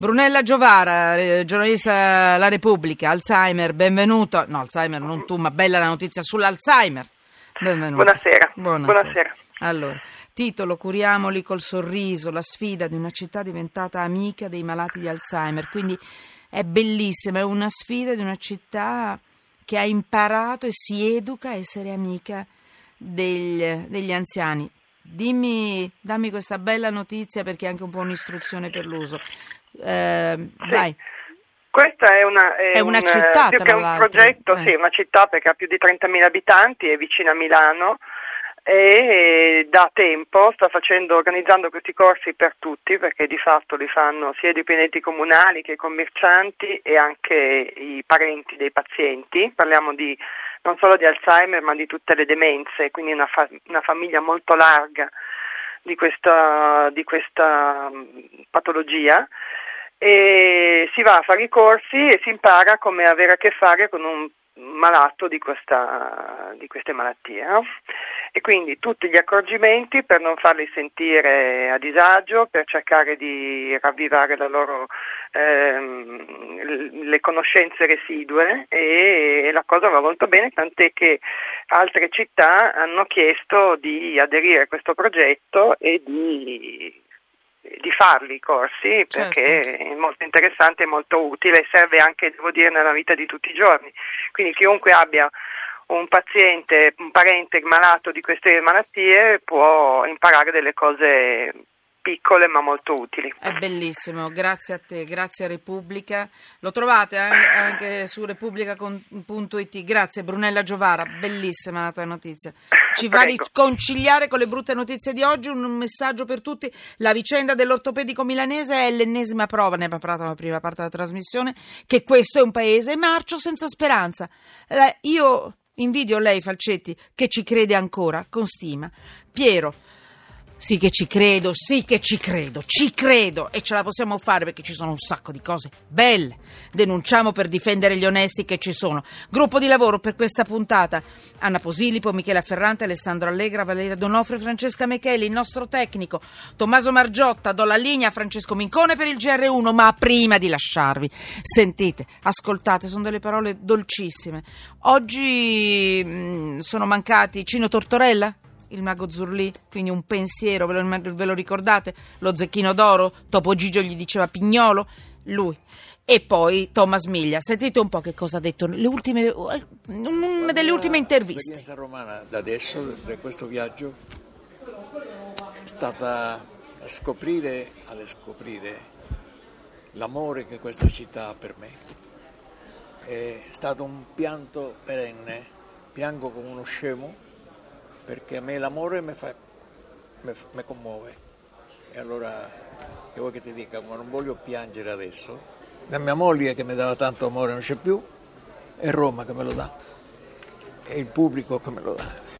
Brunella Giovara, giornalista La Repubblica, Alzheimer, benvenuto. No, Alzheimer non tu, ma bella la notizia sull'Alzheimer. Benvenuto. Buonasera. Allora, titolo: Curiamoli col sorriso, la sfida di una città diventata amica dei malati di Alzheimer. Quindi è bellissima, è una sfida di una città che ha imparato e si educa a essere amica degli anziani. Dammi questa bella notizia, perché è anche un po' un'istruzione per l'uso. Vai. Questa è una città, più che un progetto, sì, una città perché ha più di 30.000 abitanti, è vicina a Milano e da tempo sta organizzando questi corsi per tutti, perché di fatto li fanno sia i dipendenti comunali che i commercianti e anche i parenti dei pazienti. Parliamo non solo di Alzheimer ma di tutte le demenze, quindi una famiglia molto larga di questa patologia, e si va a fare i corsi e si impara come avere a che fare con un malato di queste malattie, no? E quindi tutti gli accorgimenti per non farli sentire a disagio, per cercare di ravvivare le conoscenze residue, e la cosa va molto bene, tant'è che altre città hanno chiesto di aderire a questo progetto e di farli i corsi, perché Certo. è molto interessante e molto utile, e serve anche, devo dire, nella vita di tutti i giorni. Quindi chiunque abbia un parente malato di queste malattie può imparare delle cose piccole ma molto utili. È bellissimo, grazie a te, grazie a Repubblica. Lo trovate anche su repubblica.it. Grazie Brunella Giovara, bellissima la tua notizia. Ci fa riconciliare con le brutte notizie di oggi. Un messaggio per tutti: la vicenda dell'ortopedico milanese è l'ennesima prova, ne abbiamo parlato nella prima parte della trasmissione, che questo è un paese marcio senza speranza. Io invidio lei, Falcetti, che ci crede ancora con stima. Piero: sì che ci credo, ci credo, e ce la possiamo fare perché ci sono un sacco di cose belle. Denunciamo per difendere gli onesti che ci sono. Gruppo di lavoro per questa puntata: Anna Posilipo, Michela Ferrante, Alessandro Allegra, Valeria Donofrio, Francesca Mecheli, il nostro tecnico Tommaso Margiotta. Do la linea a Francesco Mincone per il GR1, ma prima di lasciarvi, sentite, ascoltate, sono delle parole dolcissime. Oggi sono mancati Cino Tortorella, il mago Zurlì, quindi un pensiero, ve lo ricordate? Lo Zecchino d'Oro, Topo Gigio gli diceva Pignolo, lui. E poi Thomas Miglia. Sentite un po' che cosa ha detto una delle ultime interviste. L'esperienza romana da adesso, da questo viaggio, è stata scoprire l'amore che questa città ha per me. È stato un pianto perenne, piango come uno scemo, perché a me l'amore mi commuove, e allora che vuoi che ti dica, ma non voglio piangere adesso. La mia moglie che mi dava tanto amore non c'è più, è Roma che me lo dà, è il pubblico che me lo dà.